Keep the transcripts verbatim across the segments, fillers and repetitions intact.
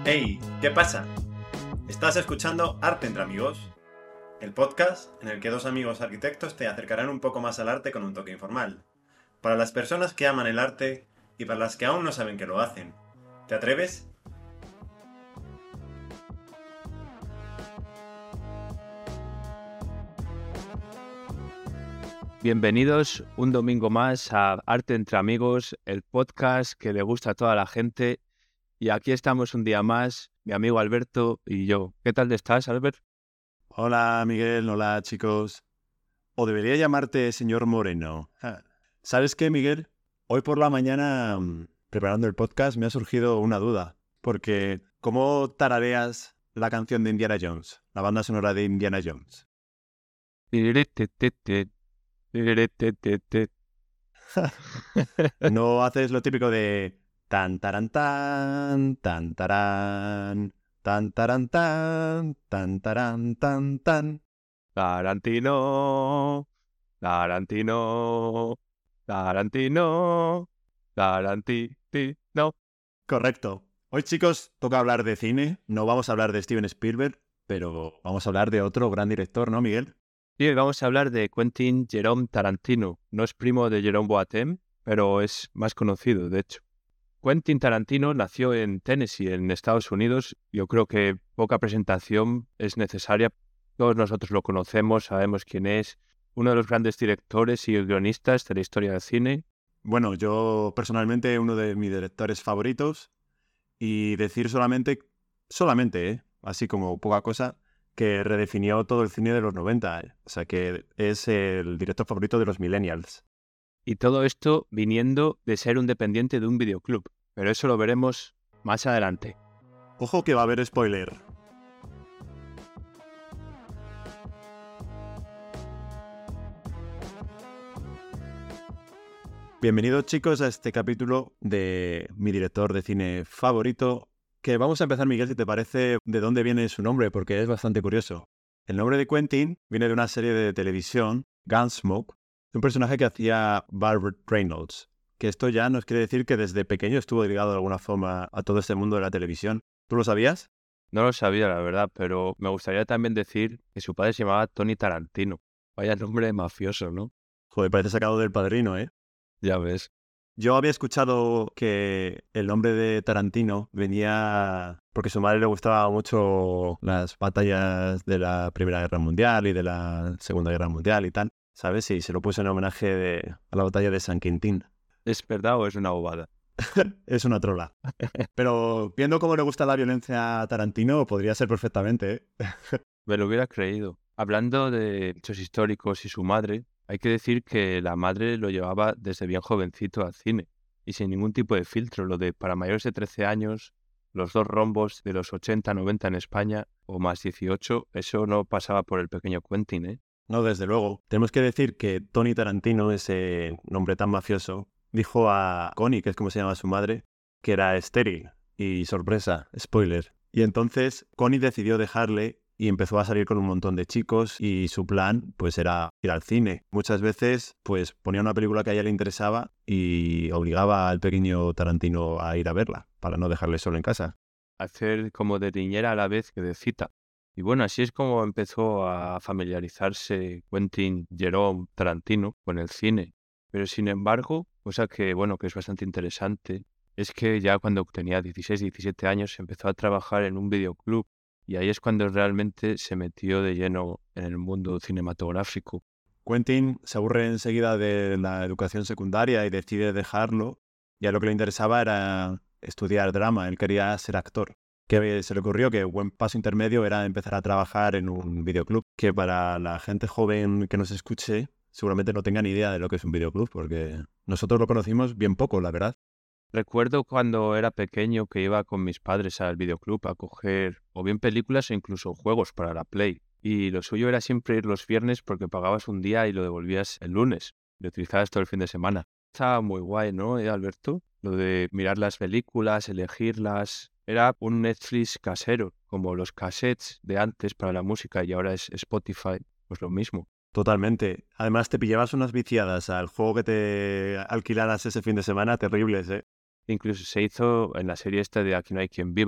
Hey, ¿qué pasa? Estás escuchando Arte entre Amigos, el podcast en el que dos amigos arquitectos te acercarán un poco más al arte con un toque informal. Para las personas que aman el arte y para las que aún no saben que lo hacen. ¿Te atreves? Bienvenidos un domingo más a Arte entre Amigos, el podcast que le gusta a toda la gente. Y aquí estamos un día más, mi amigo Alberto y yo. ¿Qué tal estás, Albert? Hola, Miguel. Hola, chicos. O debería llamarte señor Moreno. Ja. ¿Sabes qué, Miguel? Hoy por la mañana, mm, preparando el podcast, me ha surgido una duda. Porque, ¿cómo tarareas la canción de Indiana Jones? La banda sonora de Indiana Jones. ¿No haces lo típico de tan taran tan, tan tarán, tan taran tan, tan tarán tan tan? Tarantino, Tarantino, Tarantino, Tarantino. Correcto. Hoy, chicos, toca hablar de cine. No vamos a hablar de Steven Spielberg, pero vamos a hablar de otro gran director, ¿no, Miguel? Y hoy vamos a hablar de Quentin Jerome Tarantino. No es primo de Jerome Boateng, pero es más conocido, de hecho. Quentin Tarantino nació en Tennessee, en Estados Unidos. Yo creo que poca presentación es necesaria. Todos nosotros lo conocemos, sabemos quién es. Uno de los grandes directores y guionistas de la historia del cine. Bueno, yo personalmente uno de mis directores favoritos. Y decir solamente, solamente, ¿eh? Así como poca cosa, que redefinió todo el cine de los noventa. ¿eh? O sea que es el director favorito de los millennials. Y todo esto viniendo de ser un dependiente de un videoclub. Pero eso lo veremos más adelante. Ojo que va a haber spoiler. Bienvenidos, chicos, a este capítulo de mi director de cine favorito, que vamos a empezar, Miguel, si te parece, de dónde viene su nombre, porque es bastante curioso. El nombre de Quentin viene de una serie de televisión, Gunsmoke, de un personaje que hacía Burt Reynolds, que esto ya nos quiere decir que desde pequeño estuvo ligado de alguna forma a todo este mundo de la televisión. ¿Tú lo sabías? No lo sabía, la verdad, pero me gustaría también decir que su padre se llamaba Tony Tarantino. Vaya nombre mafioso, ¿no? Joder, parece sacado del Padrino, ¿eh? Ya ves. Yo había escuchado que el nombre de Tarantino venía porque a su madre le gustaban mucho las batallas de la Primera Guerra Mundial y de la Segunda Guerra Mundial y tal, ¿sabes? Y se lo puso en homenaje de, a la batalla de San Quintín. ¿Es verdad o es una bobada? Es una trola. Pero viendo cómo le gusta la violencia a Tarantino, podría ser perfectamente, ¿eh? Me lo hubiera creído. Hablando de hechos históricos y su madre, hay que decir que la madre lo llevaba desde bien jovencito al cine y sin ningún tipo de filtro, lo de para mayores de trece años, los dos rombos de los ochenta noventa en España o más dieciocho, eso no pasaba por el pequeño Quentin, ¿eh? No, desde luego. Tenemos que decir que Tony Tarantino, ese nombre tan mafioso, dijo a Connie, que es como se llama su madre, que era estéril. Y sorpresa, spoiler. Y entonces Connie decidió dejarle y empezó a salir con un montón de chicos y su plan pues era ir al cine. Muchas veces pues ponía una película que a ella le interesaba y obligaba al pequeño Tarantino a ir a verla para no dejarle solo en casa. Hacer como de niñera a la vez que de cita. Y bueno, así es como empezó a familiarizarse Quentin Jerome Tarantino con el cine. Pero sin embargo, cosa que bueno, que es bastante interesante, es que ya cuando tenía dieciséis, diecisiete años empezó a trabajar en un videoclub. Y ahí es cuando realmente se metió de lleno en el mundo cinematográfico. Quentin se aburre enseguida de la educación secundaria y decide dejarlo. Ya lo que le interesaba era estudiar drama, él quería ser actor. Que se le ocurrió que un buen paso intermedio era empezar a trabajar en un videoclub, que para la gente joven que nos escuche seguramente no tenga ni idea de lo que es un videoclub, porque nosotros lo conocimos bien poco, la verdad. Recuerdo cuando era pequeño que iba con mis padres al videoclub a coger o bien películas o incluso juegos para la Play. Y lo suyo era siempre ir los viernes porque pagabas un día y lo devolvías el lunes. Lo utilizabas todo el fin de semana. Estaba muy guay, ¿no, ¿Eh, Alberto? Lo de mirar las películas, elegirlas. Era un Netflix casero, como los cassettes de antes para la música y ahora es Spotify. Pues lo mismo. Totalmente. Además te pillabas unas viciadas al juego que te alquilaras ese fin de semana terribles, ¿eh? Incluso se hizo en la serie esta de Aquí no hay quien viva,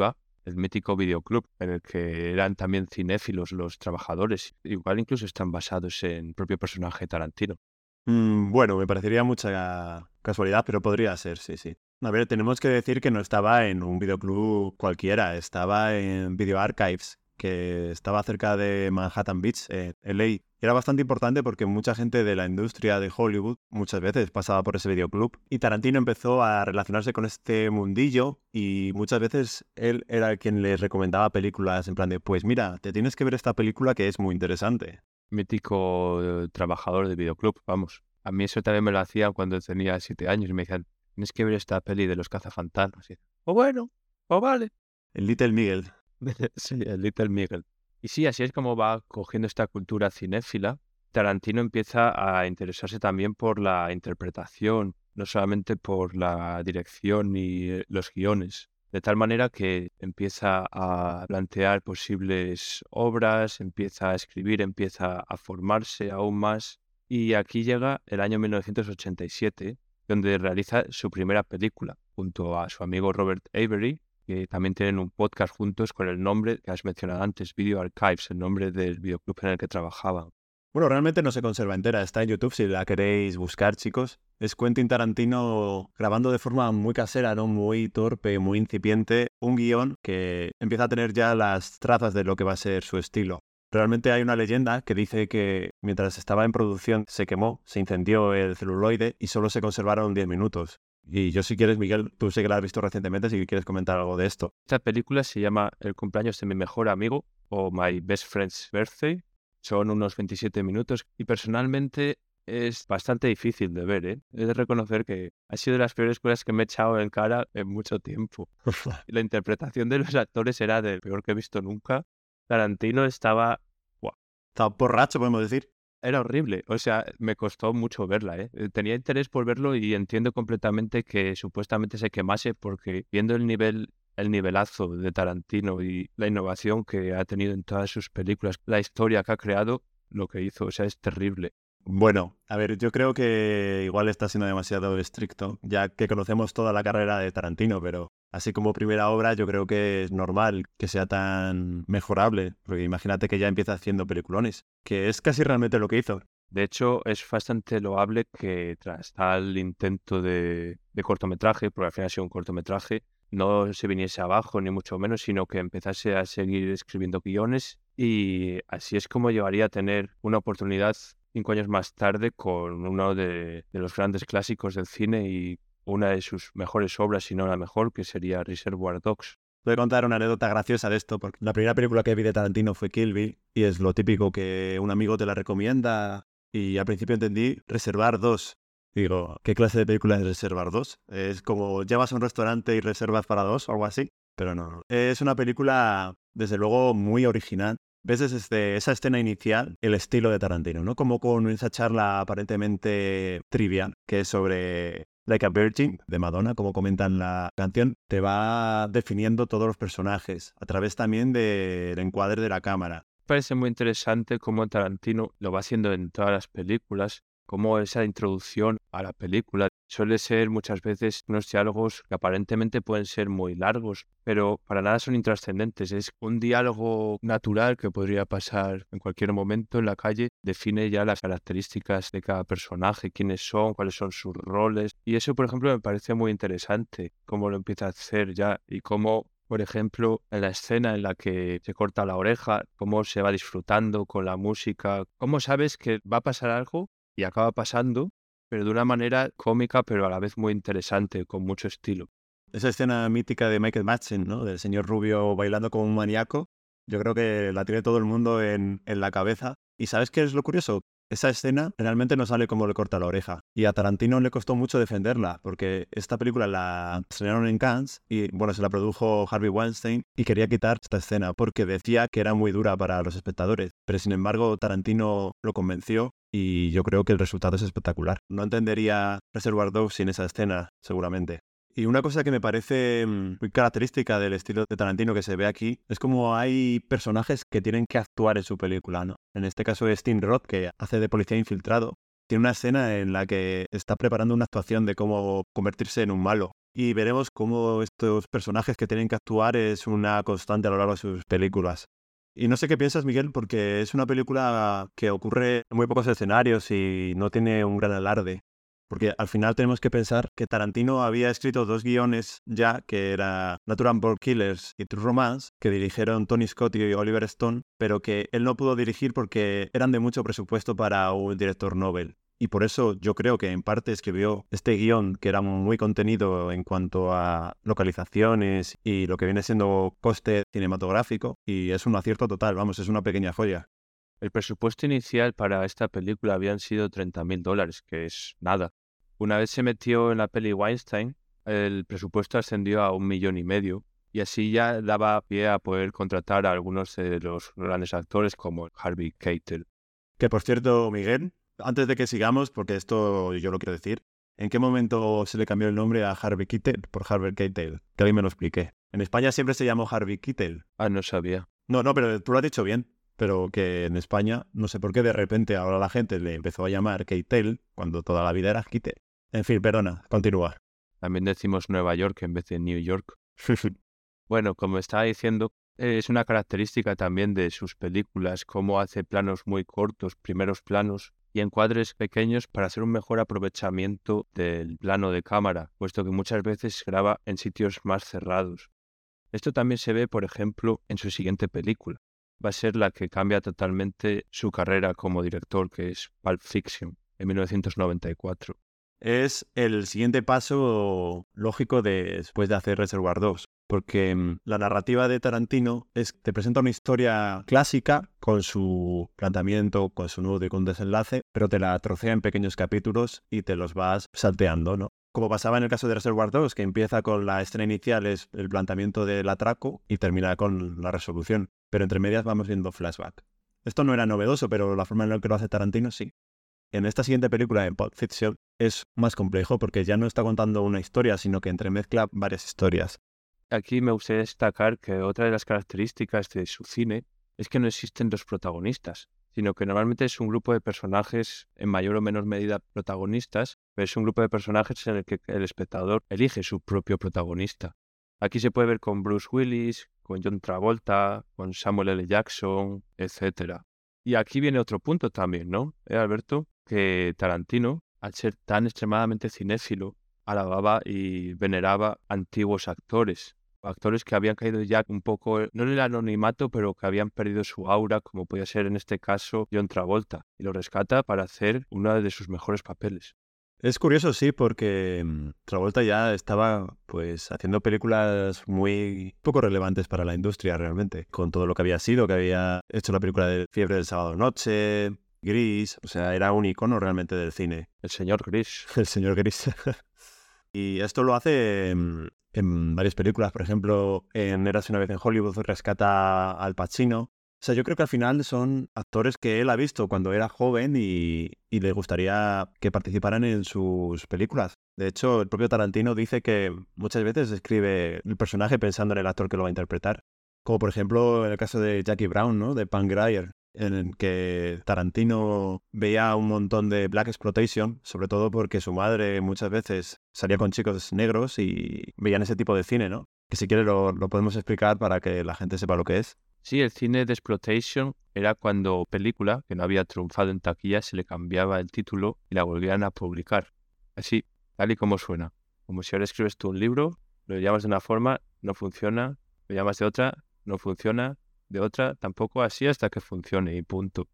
el mítico videoclub, en el que eran también cinéfilos los trabajadores. Igual incluso están basados en el propio personaje Tarantino. Mm, bueno, me parecería mucha casualidad, pero podría ser, sí, sí. A ver, tenemos que decir que no estaba en un videoclub cualquiera, estaba en Video Archives, que estaba cerca de Manhattan Beach, en L A. Era bastante importante porque mucha gente de la industria de Hollywood muchas veces pasaba por ese videoclub y Tarantino empezó a relacionarse con este mundillo y muchas veces él era el quien les recomendaba películas en plan de, pues mira, te tienes que ver esta película que es muy interesante. Mítico eh, trabajador de videoclub, vamos. A mí eso también me lo hacían cuando tenía siete años y me decían, tienes que ver esta peli de los cazafantasmas. Y, o bueno, o vale. El Little Miguel. Sí, el Little Miguel. Y sí, así es como va cogiendo esta cultura cinéfila. Tarantino empieza a interesarse también por la interpretación, no solamente por la dirección y eh, los guiones. De tal manera que empieza a plantear posibles obras, empieza a escribir, empieza a formarse aún más. Y aquí llega el año mil novecientos ochenta y siete, donde realiza su primera película, junto a su amigo Robert Avery, que también tienen un podcast juntos con el nombre que has mencionado antes, Video Archives, el nombre del videoclub en el que trabajaban. Bueno, realmente no se conserva entera, está en YouTube si la queréis buscar, chicos. Es Quentin Tarantino grabando de forma muy casera, ¿no? Muy torpe, muy incipiente, un guión que empieza a tener ya las trazas de lo que va a ser su estilo. Realmente hay una leyenda que dice que mientras estaba en producción se quemó, se incendió el celuloide y solo se conservaron diez minutos. Y yo si quieres, Miguel, tú sé que la has visto recientemente, si quieres comentar algo de esto. Esta película se llama El cumpleaños de mi mejor amigo o My Best Friend's Birthday. Son unos veintisiete minutos y personalmente es bastante difícil de ver, ¿eh? He de reconocer que ha sido de las peores cosas que me he echado en cara en mucho tiempo. La interpretación de los actores era de peor que he visto nunca. Tarantino estaba... ¡buah! Está borracho, podemos decir. Era horrible, o sea, me costó mucho verla, ¿eh? Tenía interés por verlo y entiendo completamente que supuestamente se quemase porque viendo el nivel, el nivelazo de Tarantino y la innovación que ha tenido en todas sus películas, la historia que ha creado, lo que hizo, o sea, es terrible. Bueno, a ver, yo creo que igual está siendo demasiado estricto, ya que conocemos toda la carrera de Tarantino, pero así como primera obra yo creo que es normal que sea tan mejorable, porque imagínate que ya empieza haciendo peliculones, que es casi realmente lo que hizo. De hecho, es bastante loable que tras tal intento de, de cortometraje, porque al final ha sido un cortometraje, no se viniese abajo ni mucho menos, sino que empezase a seguir escribiendo guiones y así es como llegaría a tener una oportunidad cinco años más tarde con uno de, de los grandes clásicos del cine y una de sus mejores obras, si no la mejor, que sería Reservoir Dogs. Voy a contar una anécdota graciosa de esto, porque la primera película que vi de Tarantino fue Kill Bill, y es lo típico que un amigo te la recomienda, y al principio entendí Reservar dos. Digo, ¿qué clase de película es Reservar dos? ¿Es como llevas a un restaurante y reservas para dos o algo así? Pero no, no. Es una película, desde luego, muy original. Ves desde esa escena inicial el estilo de Tarantino, ¿no? Como con esa charla aparentemente trivial, que es sobre Like a Virgin, de Madonna, como comenta en la canción, te va definiendo todos los personajes, a través también del encuadre de la cámara. Parece muy interesante cómo Tarantino lo va haciendo en todas las películas, cómo esa introducción a la película suele ser muchas veces unos diálogos que aparentemente pueden ser muy largos, pero para nada son intrascendentes. Es un diálogo natural que podría pasar en cualquier momento en la calle, define ya las características de cada personaje, quiénes son, cuáles son sus roles, y eso, por ejemplo, me parece muy interesante, cómo lo empieza a hacer ya y cómo, por ejemplo, en la escena en la que se corta la oreja, cómo se va disfrutando con la música, cómo sabes que va a pasar algo y acaba pasando, pero de una manera cómica, pero a la vez muy interesante, con mucho estilo. Esa escena mítica de Michael Madsen, ¿no? Del señor rubio bailando como un maníaco, yo creo que la tiene todo el mundo en, en la cabeza. ¿Y sabes qué es lo curioso? Esa escena realmente no sale como le corta la oreja. Y a Tarantino le costó mucho defenderla, porque esta película la estrenaron en Cannes y, bueno, se la produjo Harvey Weinstein y quería quitar esta escena porque decía que era muy dura para los espectadores. Pero sin embargo, Tarantino lo convenció y yo creo que el resultado es espectacular. No entendería Reservoir Dogs sin esa escena, seguramente. Y una cosa que me parece muy característica del estilo de Tarantino que se ve aquí es como hay personajes que tienen que actuar en su película, ¿no? En este caso es Tim Roth, que hace de policía infiltrado. Tiene una escena en la que está preparando una actuación de cómo convertirse en un malo. y veremos cómo estos personajes que tienen que actuar es una constante a lo largo de sus películas. Y no sé qué piensas, Miguel, porque es una película que ocurre en muy pocos escenarios y no tiene un gran alarde. Porque al final tenemos que pensar que Tarantino había escrito dos guiones ya, que era Natural Born Killers y True Romance, que dirigieron Tony Scott y Oliver Stone, pero que él no pudo dirigir porque eran de mucho presupuesto para un director Nobel. Y por eso yo creo que en parte escribió este guión, que era muy contenido en cuanto a localizaciones y lo que viene siendo coste cinematográfico, y es un acierto total, vamos, es una pequeña joya. El presupuesto inicial para esta película habían sido treinta mil dólares, que es nada. Una vez se metió en la peli Weinstein, el presupuesto ascendió a un millón y medio, y así ya daba pie a poder contratar a algunos de los grandes actores como Harvey Keitel. Que por cierto, Miguel, antes de que sigamos, porque esto yo lo quiero decir, ¿en qué momento se le cambió el nombre a Harvey Keitel por Harvey Keitel? Que alguien me lo explique. En España siempre se llamó Harvey Keitel. Ah, no sabía. No, no, pero tú lo has dicho bien. Pero que en España, no sé por qué de repente ahora la gente le empezó a llamar Keitel cuando toda la vida era Keitel. En fin, perdona, continúa. También decimos Nueva York en vez de New York. Bueno, como estaba diciendo, eh, es una característica también de sus películas, cómo hace planos muy cortos, primeros planos, y encuadres pequeños para hacer un mejor aprovechamiento del plano de cámara, puesto que muchas veces graba en sitios más cerrados. Esto también se ve, por ejemplo, en su siguiente película. Va a ser la que cambia totalmente su carrera como director, que es Pulp Fiction, en mil novecientos noventa y cuatro. Es el siguiente paso lógico de, después de hacer Reservoir Dogs, porque mm, la narrativa de Tarantino es te presenta una historia clásica con su planteamiento, con su nudo y con desenlace, pero te la trocea en pequeños capítulos y te los vas salteando, ¿no? Como pasaba en el caso de Reservoir Dogs, que empieza con la escena inicial, es el planteamiento del atraco y termina con la resolución. Pero entre medias vamos viendo flashback. Esto no era novedoso, pero la forma en la que lo hace Tarantino sí. En esta siguiente película, en Pulp Fiction, es más complejo porque ya no está contando una historia, sino que entremezcla varias historias. Aquí me gustaría destacar que otra de las características de su cine es que no existen dos protagonistas, sino que normalmente es un grupo de personajes en mayor o menor medida protagonistas, pero es un grupo de personajes en el que el espectador elige su propio protagonista. Aquí se puede ver con Bruce Willis, con John Travolta, con Samuel L. Jackson, etcétera. Y aquí viene otro punto también, ¿no, ¿Eh, Alberto? Que Tarantino, al ser tan extremadamente cinéfilo, alababa y veneraba antiguos actores, actores que habían caído ya un poco, no en el anonimato, pero que habían perdido su aura, como podía ser en este caso John Travolta, y lo rescata para hacer uno de sus mejores papeles. Es curioso, sí, porque um, Travolta ya estaba pues haciendo películas muy poco relevantes para la industria realmente, con todo lo que había sido, que había hecho la película de Fiebre del Sábado Noche, Gris, o sea, era un icono realmente del cine. El señor Gris. El señor Gris. Y esto lo hace en, en varias películas, por ejemplo, en Érase una vez en Hollywood rescata al Pacino. O sea, yo creo que al final son actores que él ha visto cuando era joven y, y le gustaría que participaran en sus películas. De hecho, el propio Tarantino dice que muchas veces escribe el personaje pensando en el actor que lo va a interpretar. Como por ejemplo en el caso de Jackie Brown, ¿no? De Pam Grier, en el que Tarantino veía un montón de black exploitation, sobre todo porque su madre muchas veces salía con chicos negros y veían ese tipo de cine, ¿no? Que si quiere lo, lo podemos explicar para que la gente sepa lo que es. Sí, el cine de exploitation era cuando película, que no había triunfado en taquilla, se le cambiaba el título y la volvían a publicar. Así, tal y como suena. Como si ahora escribes tú un libro, lo llamas de una forma, no funciona, lo llamas de otra, no funciona, de otra tampoco, así hasta que funcione y punto.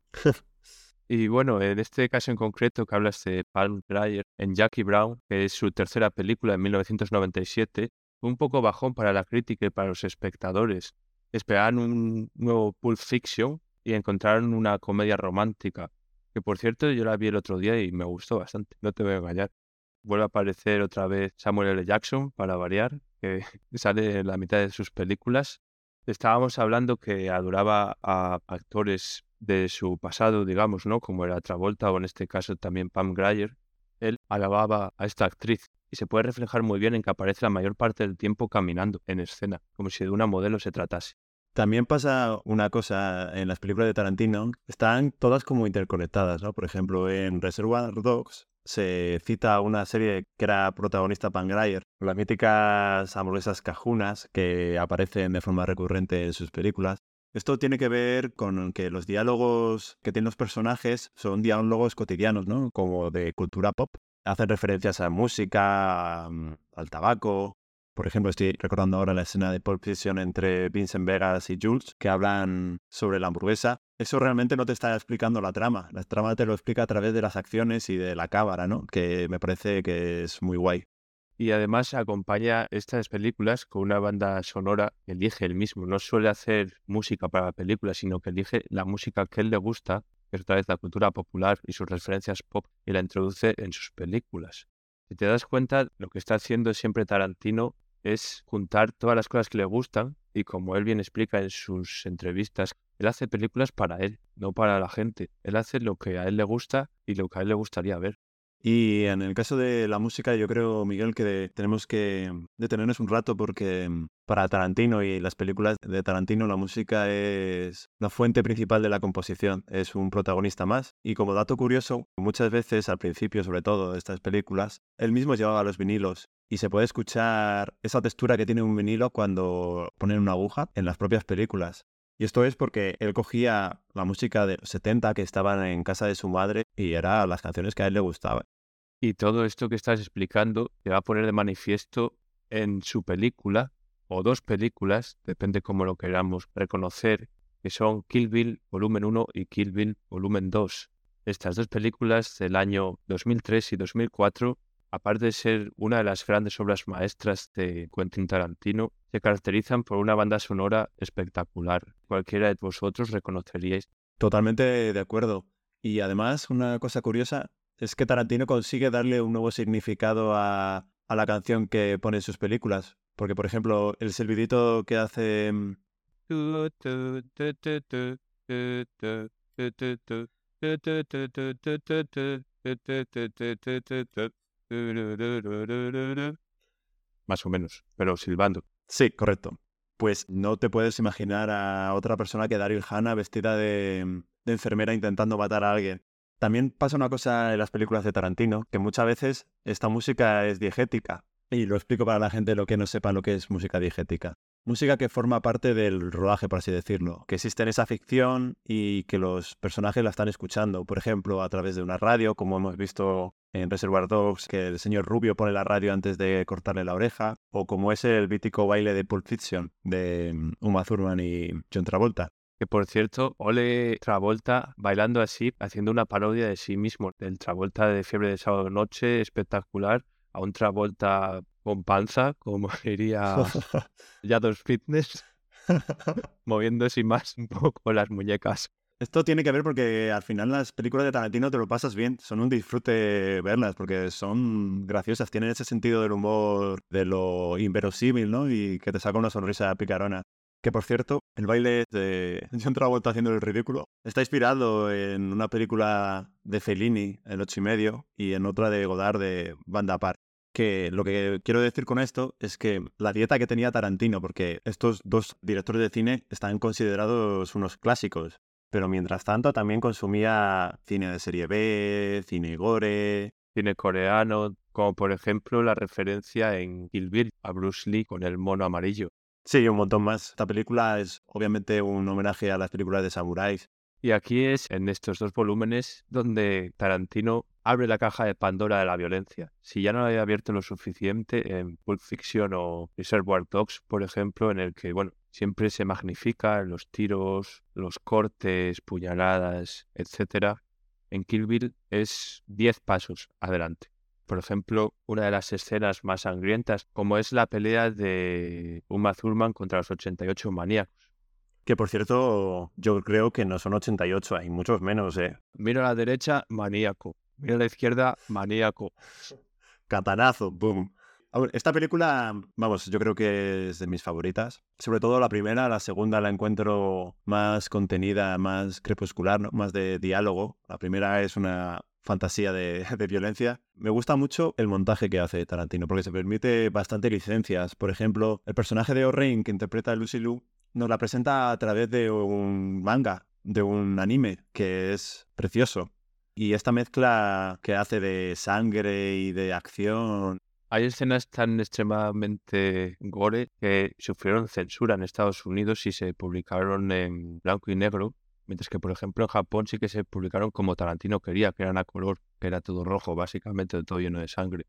Y bueno, en este caso en concreto que hablas de Pam Grier en Jackie Brown, que es su tercera película en mil novecientos noventa y siete, fue un poco bajón para la crítica y para los espectadores. Esperaban un nuevo Pulp Fiction y encontraron una comedia romántica, que por cierto yo la vi el otro día y me gustó bastante, no te voy a engañar. Vuelve a aparecer otra vez Samuel L. Jackson, para variar, que sale en la mitad de sus películas. Estábamos hablando que adoraba a actores de su pasado, digamos, ¿no? Como era Travolta o en este caso también Pam Grier. Él alababa a esta actriz y se puede reflejar muy bien en que aparece la mayor parte del tiempo caminando en escena, como si de una modelo se tratase. También pasa una cosa en las películas de Tarantino, están todas como interconectadas, ¿no? Por ejemplo, en Reservoir Dogs se cita una serie que era protagonista Pam Grier, las míticas hamburguesas cajunas que aparecen de forma recurrente en sus películas. Esto tiene que ver con que los diálogos que tienen los personajes son diálogos cotidianos, ¿no? Como de cultura pop. Hacen referencias a música, al tabaco. Por ejemplo, estoy recordando ahora la escena de Pulp Fiction entre Vincent Vegas y Jules, que hablan sobre la hamburguesa. Eso realmente no te está explicando la trama. La trama te lo explica a través de las acciones y de la cámara, ¿no? Que me parece que es muy guay. Y además acompaña estas películas con una banda sonora que elige él mismo. No suele hacer música para la película, sino que elige la música que a él le gusta, que es otra vez la cultura popular y sus referencias pop, y la introduce en sus películas. Si te das cuenta, lo que está haciendo siempre Tarantino es juntar todas las cosas que le gustan y, como él bien explica en sus entrevistas, él hace películas para él, no para la gente. Él hace lo que a él le gusta y lo que a él le gustaría ver. Y en el caso de la música, yo creo, Miguel, que tenemos que detenernos un rato porque para Tarantino y las películas de Tarantino la música es la fuente principal de la composición, es un protagonista más. Y como dato curioso, muchas veces, al principio sobre todo de estas películas, él mismo llevaba los vinilos y se puede escuchar esa textura que tiene un vinilo cuando ponen una aguja en las propias películas. Y esto es porque él cogía la música de los setenta que estaban en casa de su madre y eran las canciones que a él le gustaban. Y todo esto que estás explicando se va a poner de manifiesto en su película, o dos películas, depende cómo lo queramos reconocer, que son Kill Bill Volumen uno y Kill Bill Volumen dos. Estas dos películas del año dos mil tres y dos mil cuatro, aparte de ser una de las grandes obras maestras de Quentin Tarantino, se caracterizan por una banda sonora espectacular. Cualquiera de vosotros reconoceríais. Totalmente de acuerdo. Y además, una cosa curiosa es que Tarantino consigue darle un nuevo significado a, a la canción que pone en sus películas. Porque, por ejemplo, el silbidito que hace... Más o menos, pero silbando. Sí, correcto. Pues no te puedes imaginar a otra persona que Daryl Hannah vestida de, de enfermera intentando matar a alguien. También pasa una cosa en las películas de Tarantino, que muchas veces esta música es diegética. Y lo explico para la gente lo que no sepa lo que es música diegética. Música que forma parte del rodaje, por así decirlo. Que existe en esa ficción y que los personajes la están escuchando. Por ejemplo, a través de una radio, como hemos visto en Reservoir Dogs, que el señor Rubio pone la radio antes de cortarle la oreja. O como es el mítico baile de Pulp Fiction de Uma Thurman y John Travolta. Que por cierto, ole Travolta bailando así, haciendo una parodia de sí mismo, del Travolta de Fiebre de Sábado Noche, espectacular, a un Travolta con panza, como diría Yados Fitness, moviéndose más un poco las muñecas. Esto tiene que ver porque al final las películas de Tarantino te lo pasas bien, son un disfrute verlas porque son graciosas, tienen ese sentido del humor de lo inverosímil, ¿no? Y que te saca una sonrisa picarona. Que, por cierto, el baile de John Travolta haciendo el ridículo está inspirado en una película de Fellini, El ocho y medio, y en otra de Godard de Banda Apart. Que lo que quiero decir con esto es que la dieta que tenía Tarantino, porque estos dos directores de cine están considerados unos clásicos, pero mientras tanto también consumía cine de serie B, cine gore... Cine coreano, como por ejemplo la referencia en Kill Bill a Bruce Lee con el mono amarillo. Sí, un montón más. Esta película es obviamente un homenaje a las películas de samuráis. Y aquí es, en estos dos volúmenes, donde Tarantino abre la caja de Pandora de la violencia. Si ya no la había abierto lo suficiente en Pulp Fiction o Reservoir Dogs, por ejemplo, en el que, bueno, siempre se magnifica los tiros, los cortes, puñaladas, etcétera. En Kill Bill es diez pasos adelante. Por ejemplo, una de las escenas más sangrientas, como es la pelea de Uma Thurman contra los ochenta y ocho maníacos. Que, por cierto, yo creo que no son ochenta y ocho, hay muchos menos, ¿eh? Miro a la derecha, maníaco. Miro a la izquierda, maníaco. Catanazo, boom. Esta película, vamos, yo creo que es de mis favoritas. Sobre todo la primera, la segunda la encuentro más contenida, más crepuscular, ¿no? Más de diálogo. La primera es una fantasía de, de violencia. Me gusta mucho el montaje que hace Tarantino, porque se permite bastante licencias. Por ejemplo, el personaje de O-Rain que interpreta a Lucy Liu nos la presenta a través de un manga, de un anime, que es precioso. Y esta mezcla que hace de sangre y de acción... Hay escenas tan extremadamente gore que sufrieron censura en Estados Unidos y se publicaron en blanco y negro, mientras que, por ejemplo, en Japón sí que se publicaron como Tarantino quería, que eran a color, que era todo rojo, básicamente todo lleno de sangre.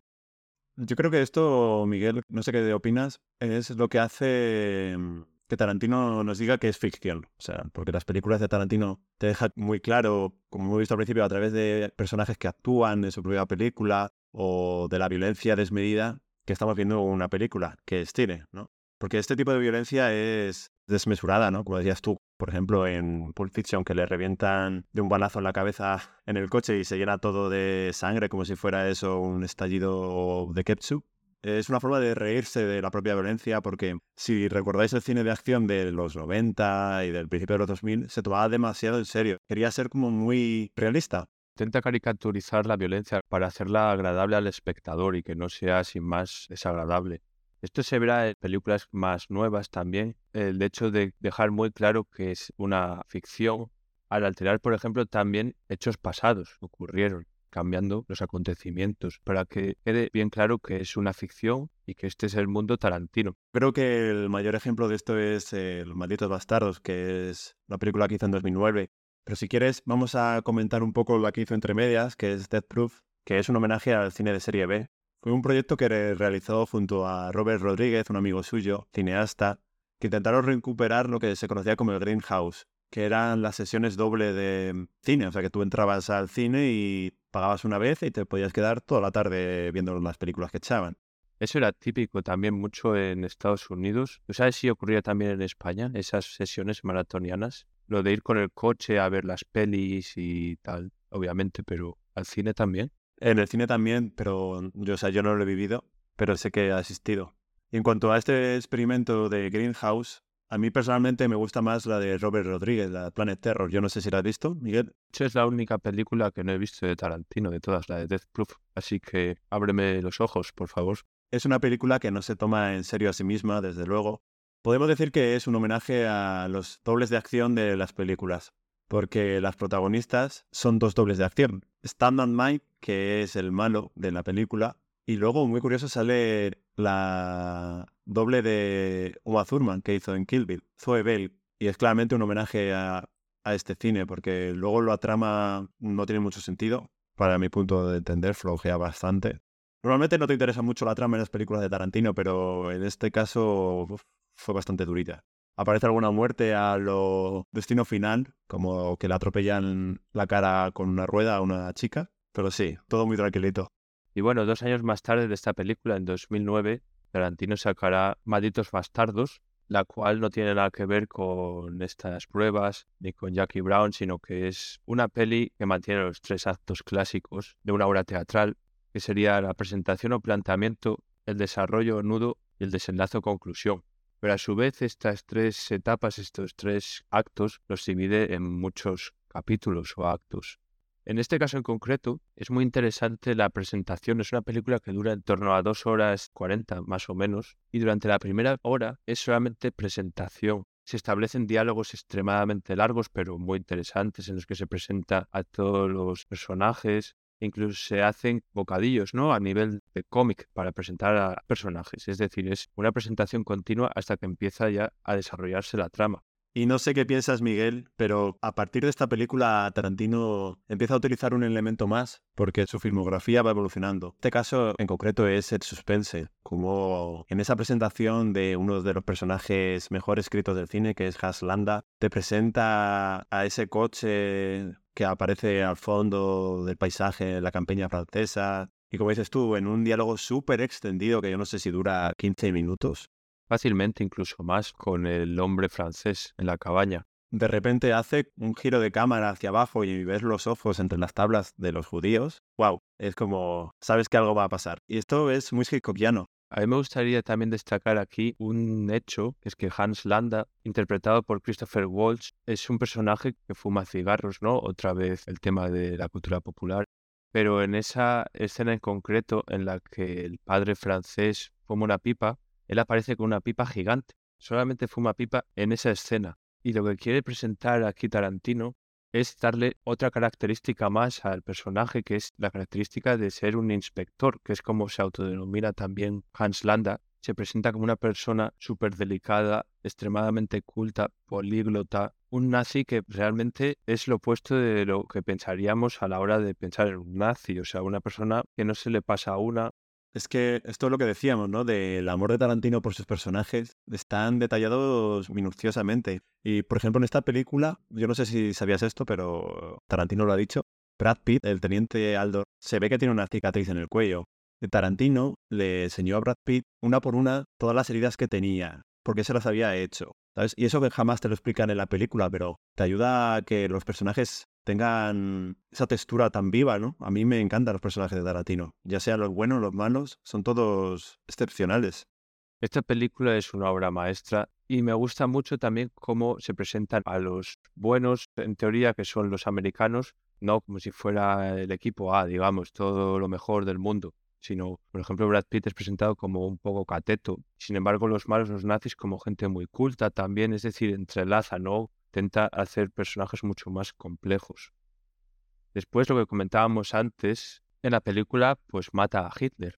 Yo creo que esto, Miguel, no sé qué opinas, es lo que hace que Tarantino nos diga que es ficción. O sea, porque las películas de Tarantino te dejan muy claro, como hemos visto al principio, a través de personajes que actúan en su propia película o de la violencia desmedida, que estamos viendo una película, que es cine, ¿no? Porque este tipo de violencia es desmesurada, ¿no? Como decías tú, por ejemplo, en Pulp Fiction, que le revientan de un balazo en la cabeza en el coche y se llena todo de sangre como si fuera eso un estallido de ketchup. Es una forma de reírse de la propia violencia porque si recordáis el cine de acción de los noventa y del principio de los dos mil, se tomaba demasiado en serio. Quería ser como muy realista. Intenta caricaturizar la violencia para hacerla agradable al espectador y que no sea sin más desagradable. Esto se verá en películas más nuevas también, el hecho de dejar muy claro que es una ficción, al alterar, por ejemplo, también hechos pasados que ocurrieron, cambiando los acontecimientos, para que quede bien claro que es una ficción y que este es el mundo Tarantino. Creo que el mayor ejemplo de esto es eh, Los Malditos Bastardos, que es la película que hizo en dos mil nueve. Pero si quieres, vamos a comentar un poco la que hizo entre medias, que es Death Proof, que es un homenaje al cine de serie B. Fue un proyecto que realizó junto a Robert Rodríguez, un amigo suyo, cineasta, que intentaron recuperar lo que se conocía como el Grindhouse, que eran las sesiones doble de cine. O sea, que tú entrabas al cine y pagabas una vez y te podías quedar toda la tarde viendo las películas que echaban. Eso era típico también mucho en Estados Unidos. ¿Tú sabes si ocurría también en España, esas sesiones maratonianas? Lo de ir con el coche a ver las pelis y tal, obviamente, pero al cine también. En el cine también, pero yo, o sea, yo no lo he vivido, pero sé que he asistido. Y en cuanto a este experimento de Grindhouse, a mí personalmente me gusta más la de Robert Rodríguez, la Planet Terror. Yo no sé si la has visto, Miguel. Esa es la única película que no he visto de Tarantino, de todas, la de Death Proof. Así que ábreme los ojos, por favor. Es una película que no se toma en serio a sí misma, desde luego. Podemos decir que es un homenaje a los dobles de acción de las películas, porque las protagonistas son dos dobles de acción. Stand Mike, que es el malo de la película, y luego, muy curioso, sale la doble de Uma Thurman que hizo en Kill Bill, Zoe Bell, y es claramente un homenaje a, a este cine, porque luego la trama no tiene mucho sentido. Para mi punto de entender, flojea bastante. Normalmente no te interesa mucho la trama en las películas de Tarantino, pero en este caso uf, fue bastante durita. Aparece alguna muerte a lo Destino Final, como que le atropellan la cara con una rueda a una chica, pero sí, todo muy tranquilito. Y bueno, dos años más tarde de esta película, en dos mil nueve, Tarantino sacará Malditos Bastardos, la cual no tiene nada que ver con estas pruebas ni con Jackie Brown, sino que es una peli que mantiene los tres actos clásicos de una obra teatral, que sería la presentación o planteamiento, el desarrollo o nudo y el desenlace o conclusión. Pero a su vez estas tres etapas, estos tres actos, los divide en muchos capítulos o actos. En este caso en concreto es muy interesante la presentación. Es una película que dura en torno a dos horas cuarenta más o menos, y durante la primera hora es solamente presentación. Se establecen diálogos extremadamente largos pero muy interesantes en los que se presenta a todos los personajes. Incluso se hacen bocadillos, ¿no? A nivel de cómic para presentar a personajes. Es decir, es una presentación continua hasta que empieza ya a desarrollarse la trama. Y no sé qué piensas, Miguel, pero a partir de esta película Tarantino empieza a utilizar un elemento más, porque su filmografía va evolucionando. En este caso en concreto es el suspense, como en esa presentación de uno de los personajes mejor escritos del cine, que es Hans Landa, te presenta a ese coche que aparece al fondo del paisaje en la campiña francesa, y como dices tú, en un diálogo súper extendido que yo no sé si dura quince minutos. Fácilmente, incluso más, con el hombre francés en la cabaña. De repente hace un giro de cámara hacia abajo y ves los ojos entre las tablas de los judíos. ¡Wow! Es como, sabes que algo va a pasar. Y esto es muy hitchcockiano. A mí me gustaría también destacar aquí un hecho, que es que Hans Landa, interpretado por Christopher Waltz, es un personaje que fuma cigarros, ¿no? Otra vez el tema de la cultura popular. Pero en esa escena en concreto en la que el padre francés fuma una pipa, él aparece con una pipa gigante. Solamente fuma pipa en esa escena. Y lo que quiere presentar aquí Tarantino es darle otra característica más al personaje, que es la característica de ser un inspector, que es como se autodenomina también Hans Landa. Se presenta como una persona súper delicada, extremadamente culta, políglota, un nazi que realmente es lo opuesto de lo que pensaríamos a la hora de pensar en un nazi, o sea, una persona que no se le pasa una. Es que esto es lo que decíamos, ¿no? Del amor de Tarantino por sus personajes. Están detallados minuciosamente. Y, por ejemplo, en esta película, yo no sé si sabías esto, pero Tarantino lo ha dicho, Brad Pitt, el teniente Aldo, se ve que tiene una cicatriz en el cuello. Tarantino le enseñó a Brad Pitt, una por una, todas las heridas que tenía, porque se las había hecho, ¿sabes? Y eso que jamás te lo explican en la película, pero te ayuda a que los personajes tengan esa textura tan viva, ¿no? A mí me encantan los personajes de Tarantino, ya sean los buenos o los malos, son todos excepcionales. Esta película es una obra maestra y me gusta mucho también cómo se presentan a los buenos, en teoría, que son los americanos, no como si fuera el equipo A, digamos, todo lo mejor del mundo, sino, por ejemplo, Brad Pitt es presentado como un poco cateto. Sin embargo, los malos, los nazis, como gente muy culta también, es decir, entrelaza, ¿no? Intenta hacer personajes mucho más complejos. Después, lo que comentábamos antes, en la película, pues mata a Hitler.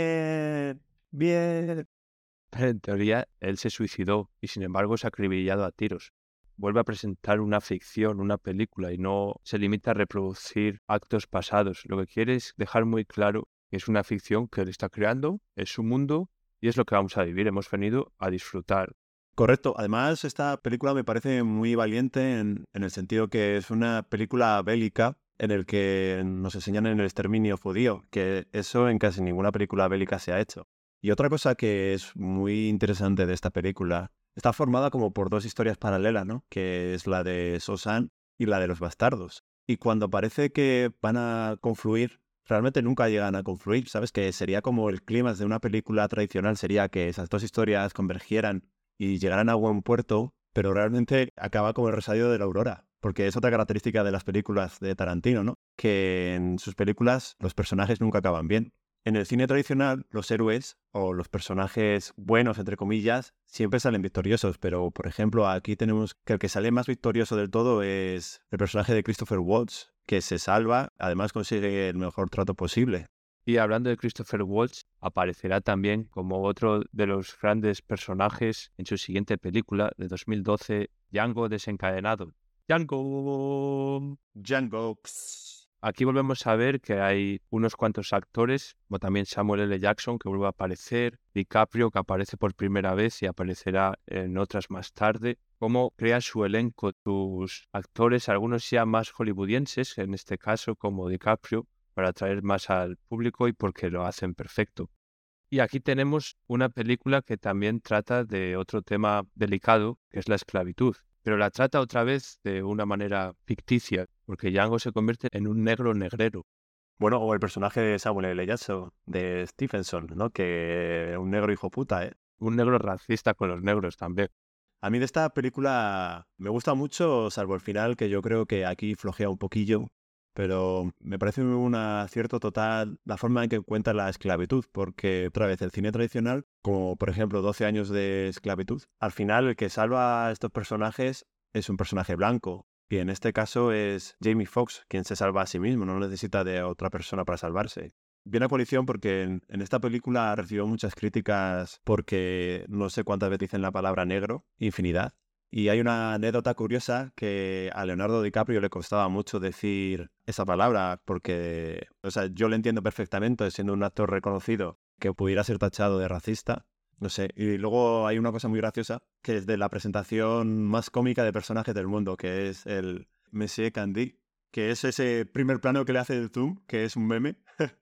Bien, bien. Pero en teoría, él se suicidó y, sin embargo, es acribillado a tiros. Vuelve a presentar una ficción, una película, y no se limita a reproducir actos pasados. Lo que quiere es dejar muy claro que es una ficción que él está creando, es su mundo y es lo que vamos a vivir. Hemos venido a disfrutar. Correcto. Además, esta película me parece muy valiente en, en el sentido que es una película bélica en el que nos enseñan en el exterminio judío, que eso en casi ninguna película bélica se ha hecho. Y otra cosa que es muy interesante de esta película, está formada como por dos historias paralelas, ¿no? Que es la de Shawshank y la de los bastardos. Y cuando parece que van a confluir, realmente nunca llegan a confluir, ¿sabes? Que sería como el clímax de una película tradicional, sería que esas dos historias convergieran y llegaran a buen puerto, pero realmente acaba como el resabido de la aurora, porque es otra característica de las películas de Tarantino, ¿no? Que en sus películas los personajes nunca acaban bien. En el cine tradicional, los héroes o los personajes buenos, entre comillas, siempre salen victoriosos, pero, por ejemplo, aquí tenemos que el que sale más victorioso del todo es el personaje de Christopher Waltz, que se salva, además consigue el mejor trato posible. Y hablando de Christopher Waltz, aparecerá también como otro de los grandes personajes en su siguiente película de dos mil doce, Django desencadenado. ¡Django! Django. Aquí volvemos a ver que hay unos cuantos actores, como también Samuel L. Jackson, que vuelve a aparecer, DiCaprio, que aparece por primera vez y aparecerá en otras más tarde. Cómo crea su elenco, sus actores, algunos ya más hollywoodienses, en este caso como DiCaprio, para atraer más al público y porque lo hacen perfecto. Y aquí tenemos una película que también trata de otro tema delicado, que es la esclavitud, pero la trata otra vez de una manera ficticia, porque Django se convierte en un negro negrero. Bueno, o el personaje de Samuel L. Jackson, de Stephenson, ¿no? Que era un negro hijo puta, ¿eh? Un negro racista con los negros también. A mí de esta película me gusta mucho, salvo el final, que yo creo que aquí flojea un poquillo, pero me parece un acierto total la forma en que cuenta la esclavitud, porque otra vez el cine tradicional, como por ejemplo doce años de esclavitud, al final el que salva a estos personajes es un personaje blanco, y en este caso es Jamie Foxx quien se salva a sí mismo, no necesita de otra persona para salvarse. Viene a colisión porque en, en esta película recibió muchas críticas porque no sé cuántas veces dicen la palabra negro, infinidad. Y hay una anécdota curiosa que a Leonardo DiCaprio le costaba mucho decir esa palabra porque, o sea, yo le entiendo perfectamente siendo un actor reconocido que pudiera ser tachado de racista, no sé. Y luego hay una cosa muy graciosa que es de la presentación más cómica de personajes del mundo, que es el Monsieur Candy, que es ese primer plano que le hace el zoom, que es un meme.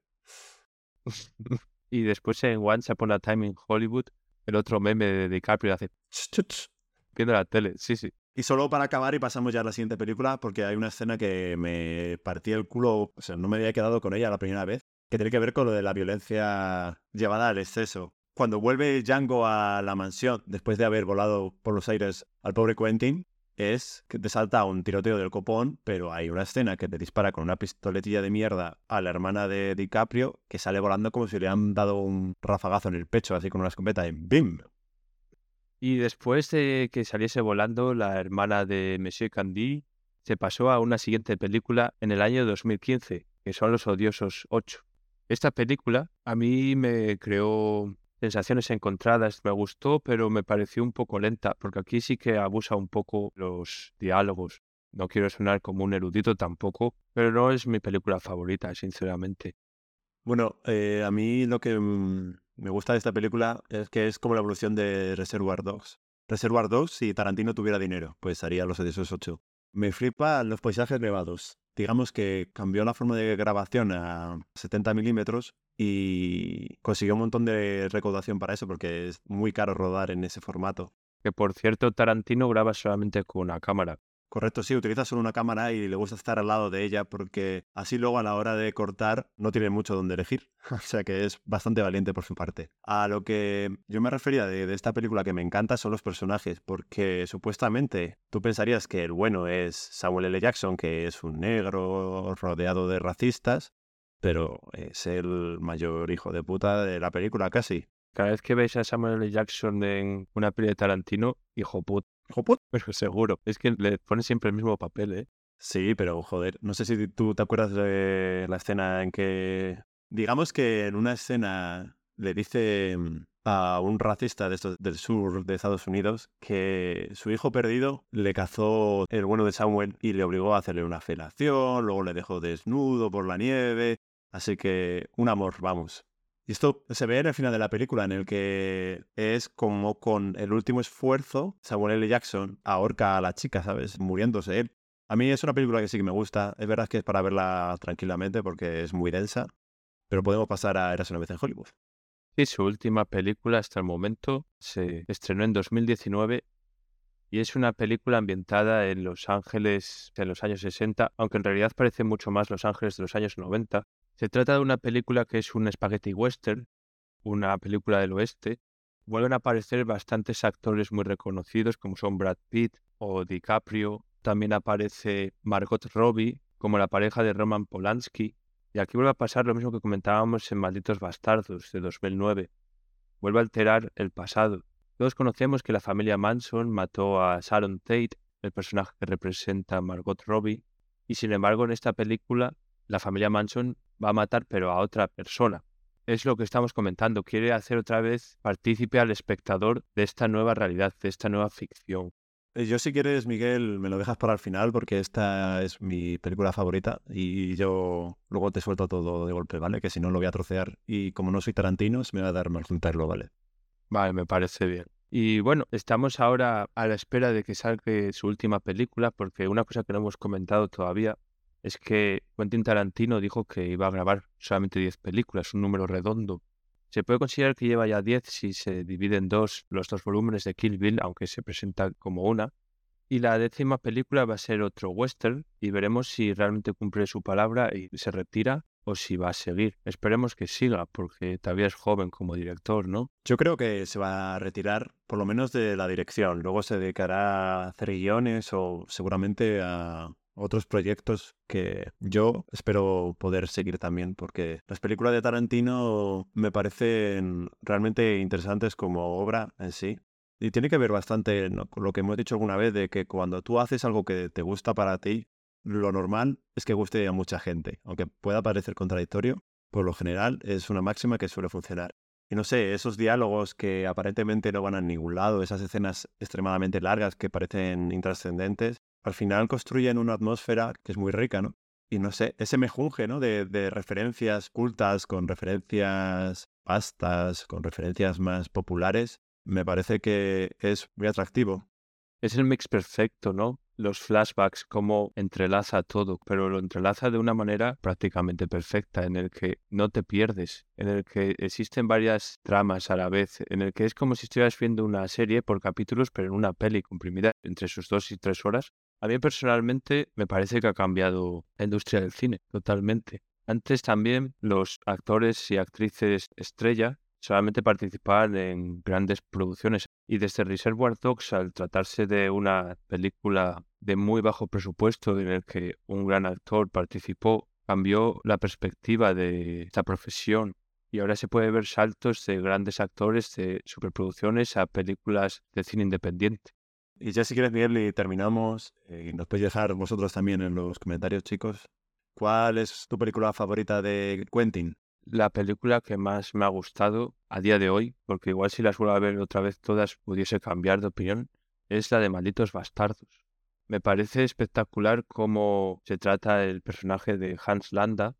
Y después en Once Upon a Time in Hollywood, el otro meme de DiCaprio hace viendo la tele, sí, sí. Y solo para acabar y pasamos ya a la siguiente película, porque hay una escena que me partía el culo, o sea, no me había quedado con ella la primera vez, que tiene que ver con lo de la violencia llevada al exceso. Cuando vuelve Django a la mansión, después de haber volado por los aires al pobre Quentin, es que te salta un tiroteo del copón, pero hay una escena que te dispara con una pistoletilla de mierda a la hermana de DiCaprio, que sale volando como si le han dado un rafagazo en el pecho, así con una escopeta, y ¡bim! Y después de que saliese volando la hermana de Monsieur Candy, se pasó a una siguiente película en el año dos mil quince, que son Los Odiosos ocho. Esta película a mí me creó sensaciones encontradas, me gustó, pero me pareció un poco lenta, porque aquí sí que abusa un poco los diálogos. No quiero sonar como un erudito tampoco, pero no es mi película favorita, sinceramente. Bueno, eh, a mí lo que mm, me gusta de esta película es que es como la evolución de Reservoir Dogs. Reservoir Dogs, si Tarantino tuviera dinero, pues haría Los Odiosos ocho. Me flipan los paisajes nevados. Digamos que cambió la forma de grabación a setenta milímetros y consiguió un montón de recaudación para eso, porque es muy caro rodar en ese formato. Que por cierto, Tarantino graba solamente con una cámara. Correcto, sí, utiliza solo una cámara y le gusta estar al lado de ella porque así luego a la hora de cortar no tiene mucho donde elegir. O sea que es bastante valiente por su parte. A lo que yo me refería de, de esta película que me encanta son los personajes, porque supuestamente tú pensarías que el bueno es Samuel L. Jackson, que es un negro rodeado de racistas, pero es el mayor hijo de puta de la película casi. Cada vez que veis a Samuel L. Jackson en una peli de Tarantino, hijo puta, ¡Hijo puta! pero seguro. Es que le pone siempre el mismo papel, ¿eh? Sí, pero joder, no sé si tú te acuerdas de la escena en que, digamos que en una escena le dice mm, a un racista de estos del sur de Estados Unidos que su hijo perdido le cazó el bueno de Samuel y le obligó a hacerle una felación, luego le dejó desnudo por la nieve, así que un amor, vamos. Y esto se ve en el final de la película, en el que es como con el último esfuerzo, Samuel L. Jackson ahorca a la chica, ¿sabes? Muriéndose él. A mí es una película que sí que me gusta. Es verdad que es para verla tranquilamente porque es muy densa, pero podemos pasar a Érase una vez en Hollywood. Sí, su última película hasta el momento se estrenó en dos mil diecinueve y es una película ambientada en Los Ángeles de los años sesenta, aunque en realidad parece mucho más Los Ángeles de los años noventa. Se trata de una película que es un spaghetti western, una película del oeste. Vuelven a aparecer bastantes actores muy reconocidos como son Brad Pitt o DiCaprio. También aparece Margot Robbie como la pareja de Roman Polanski. Y aquí vuelve a pasar lo mismo que comentábamos en Malditos Bastardos de dos mil nueve. Vuelve a alterar el pasado. Todos conocemos que la familia Manson mató a Sharon Tate, el personaje que representa a Margot Robbie, y sin embargo en esta película la familia Manson va a matar pero a otra persona. Es lo que estamos comentando, quiere hacer otra vez partícipe al espectador de esta nueva realidad, de esta nueva ficción. Eh, Yo si quieres, Miguel, me lo dejas para el final porque esta es mi película favorita y yo luego te suelto todo de golpe, ¿vale? Que si no lo voy a trocear y como no soy Tarantino, se me va a dar mal juntarlo, ¿vale? Vale, me parece bien. Y bueno, estamos ahora a la espera de que salga su última película, porque una cosa que no hemos comentado todavía es que Quentin Tarantino dijo que iba a grabar solamente diez películas, un número redondo. Se puede considerar que lleva ya diez si se divide en dos los dos volúmenes de Kill Bill, aunque se presenta como una. Y la décima película va a ser otro western y veremos si realmente cumple su palabra y se retira o si va a seguir. Esperemos que siga porque todavía es joven como director, ¿no? Yo creo que se va a retirar por lo menos de la dirección. Luego se dedicará a hacer guiones o seguramente a otros proyectos que yo espero poder seguir también, porque las películas de Tarantino me parecen realmente interesantes como obra en sí. Y tiene que ver bastante, ¿no?, con lo que hemos dicho alguna vez, de que cuando tú haces algo que te gusta para ti, lo normal es que guste a mucha gente. Aunque pueda parecer contradictorio, por lo general es una máxima que suele funcionar. Y no sé, esos diálogos que aparentemente no van a ningún lado, esas escenas extremadamente largas que parecen intrascendentes, al final construyen una atmósfera que es muy rica, ¿no? Y no sé, ese mejunje, ¿no?, de, de referencias cultas con referencias vastas, con referencias más populares, me parece que es muy atractivo. Es el mix perfecto, ¿no? Los flashbacks, cómo entrelaza todo, pero lo entrelaza de una manera prácticamente perfecta, en el que no te pierdes, en el que existen varias tramas a la vez, en el que es como si estuvieras viendo una serie por capítulos, pero en una peli comprimida entre sus dos y tres horas. A mí personalmente me parece que ha cambiado la industria del cine totalmente. Antes también los actores y actrices estrella solamente participaban en grandes producciones. Y desde Reservoir Dogs, al tratarse de una película de muy bajo presupuesto en el que un gran actor participó, cambió la perspectiva de esta profesión. Y ahora se puede ver saltos de grandes actores de superproducciones a películas de cine independiente. Y ya si quieres, Miguel, y terminamos, eh, y nos podéis dejar vosotros también en los comentarios, chicos, ¿cuál es tu película favorita de Quentin? La película que más me ha gustado a día de hoy, porque igual si las vuelvo a ver otra vez todas pudiese cambiar de opinión, es la de Malditos Bastardos. Me parece espectacular cómo se trata el personaje de Hans Landa,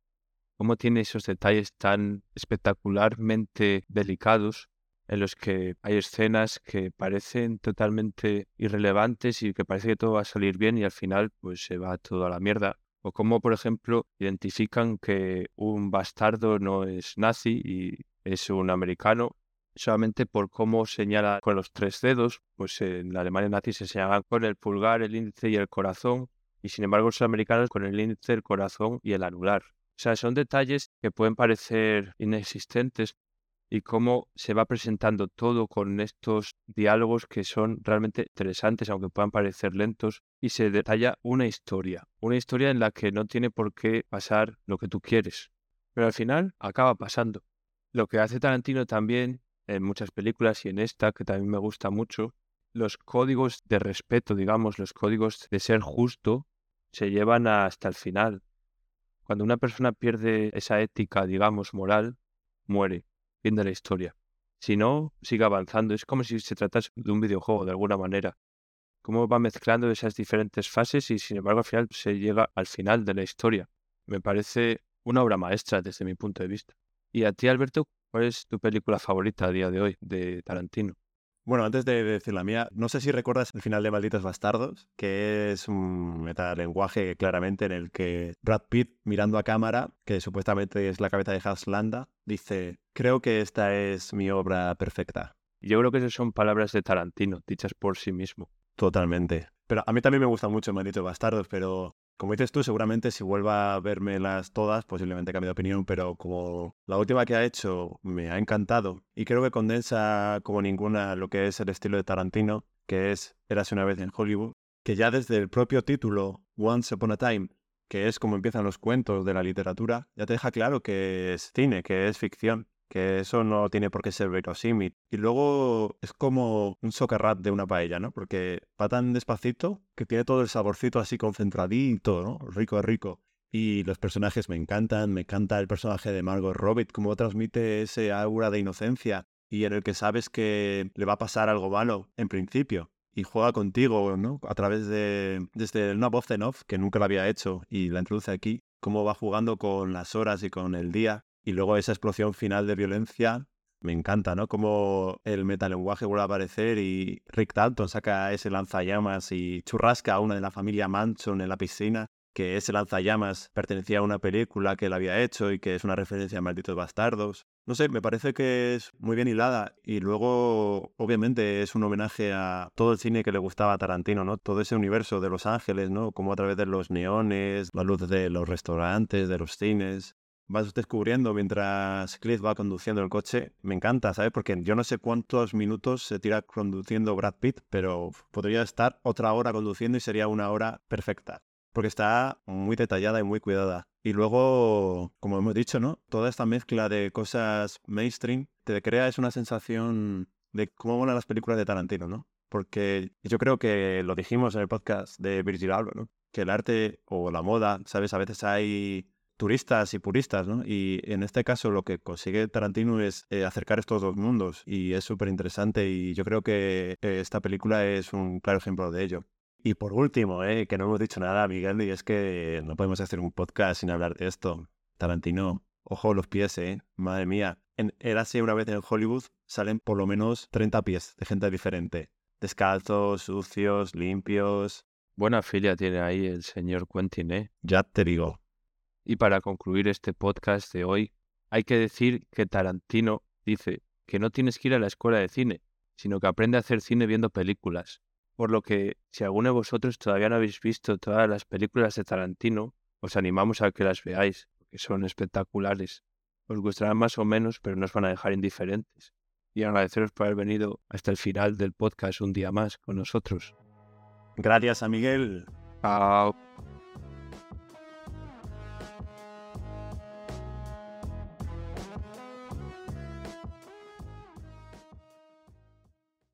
cómo tiene esos detalles tan espectacularmente delicados en los que hay escenas que parecen totalmente irrelevantes y que parece que todo va a salir bien y al final pues se va todo a la mierda. O cómo, por ejemplo, identifican que un bastardo no es nazi y es un americano solamente por cómo señala con los tres dedos. Pues en la Alemania nazi se señalan con el pulgar, el índice y el corazón, y sin embargo los americanos con el índice, el corazón y el anular. O sea, son detalles que pueden parecer inexistentes y cómo se va presentando todo con estos diálogos que son realmente interesantes, aunque puedan parecer lentos, y se detalla una historia, una historia en la que no tiene por qué pasar lo que tú quieres, pero al final acaba pasando. Lo que hace Tarantino también en muchas películas y en esta, que también me gusta mucho, los códigos de respeto, digamos, los códigos de ser justo, se llevan hasta el final. Cuando una persona pierde esa ética, digamos, moral, muere, fin de la historia. Si no, sigue avanzando. Es como si se tratase de un videojuego, de alguna manera. Cómo va mezclando esas diferentes fases y, sin embargo, al final se llega al final de la historia. Me parece una obra maestra desde mi punto de vista. Y a ti, Alberto, ¿cuál es tu película favorita a día de hoy de Tarantino? Bueno, antes de decir la mía, no sé si recuerdas el final de Malditos Bastardos, que es un metalenguaje claramente en el que Brad Pitt, mirando a cámara, que supuestamente es la cabeza de Hans Landa, dice, creo que esta es mi obra perfecta. Yo creo que esas son palabras de Tarantino, dichas por sí mismo. Totalmente. Pero a mí también me gustan mucho Malditos Bastardos, pero como dices tú, seguramente si vuelva a vérmelas todas, posiblemente cambie de opinión, pero como la última que ha hecho me ha encantado y creo que condensa como ninguna lo que es el estilo de Tarantino, que es Érase una vez en Hollywood, que ya desde el propio título, Once Upon a Time, que es como empiezan los cuentos de la literatura, ya te deja claro que es cine, que es ficción, que eso no tiene por qué ser verosímil. Y luego es como un socarrat de una paella, ¿no? Porque va tan despacito que tiene todo el saborcito así concentradito, ¿no? Rico, rico. Y los personajes me encantan, me encanta el personaje de Margot Robbie, cómo transmite ese aura de inocencia y en el que sabes que le va a pasar algo malo en principio. Y juega contigo, ¿no? A través de... desde una voz en off, que nunca la había hecho, y la introduce aquí, cómo va jugando con las horas y con el día. Y luego esa explosión final de violencia, me encanta, ¿no? Como el metalenguaje vuelve a aparecer y Rick Dalton saca ese lanzallamas y churrasca a una de la familia Manson en la piscina, que ese lanzallamas pertenecía a una película que él había hecho y que es una referencia a Malditos Bastardos. No sé, me parece que es muy bien hilada y luego, obviamente, es un homenaje a todo el cine que le gustaba a Tarantino, ¿no? Todo ese universo de Los Ángeles, ¿no? Como a través de los neones, la luz de los restaurantes, de los cines. Vas descubriendo mientras Cliff va conduciendo el coche. Me encanta, ¿sabes? Porque yo no sé cuántos minutos se tira conduciendo Brad Pitt, pero podría estar otra hora conduciendo y sería una hora perfecta. Porque está muy detallada y muy cuidada. Y luego, como hemos dicho, ¿no? Toda esta mezcla de cosas mainstream te crea es una sensación de cómo molan las películas de Tarantino, ¿no? Porque yo creo que lo dijimos en el podcast de Virgil Abloh, ¿no? Que el arte o la moda, ¿sabes? A veces hay turistas y puristas, ¿no? Y en este caso lo que consigue Tarantino es eh, acercar estos dos mundos y es súper interesante y yo creo que eh, esta película es un claro ejemplo de ello. Y por último, eh, que no hemos dicho nada, Miguel, y es que no podemos hacer un podcast sin hablar de esto. Tarantino, ojo los pies, eh, madre mía. En Érase una vez en Hollywood salen por lo menos treinta pies de gente diferente. Descalzos, sucios, limpios. Buena filia tiene ahí el señor Quentin, ¿eh? Ya te digo. Y para concluir este podcast de hoy, hay que decir que Tarantino dice que no tienes que ir a la escuela de cine, sino que aprende a hacer cine viendo películas. Por lo que, si alguno de vosotros todavía no habéis visto todas las películas de Tarantino, os animamos a que las veáis, porque son espectaculares. Os gustarán más o menos, pero no os van a dejar indiferentes. Y agradeceros por haber venido hasta el final del podcast un día más con nosotros. Gracias a Miguel. Chao.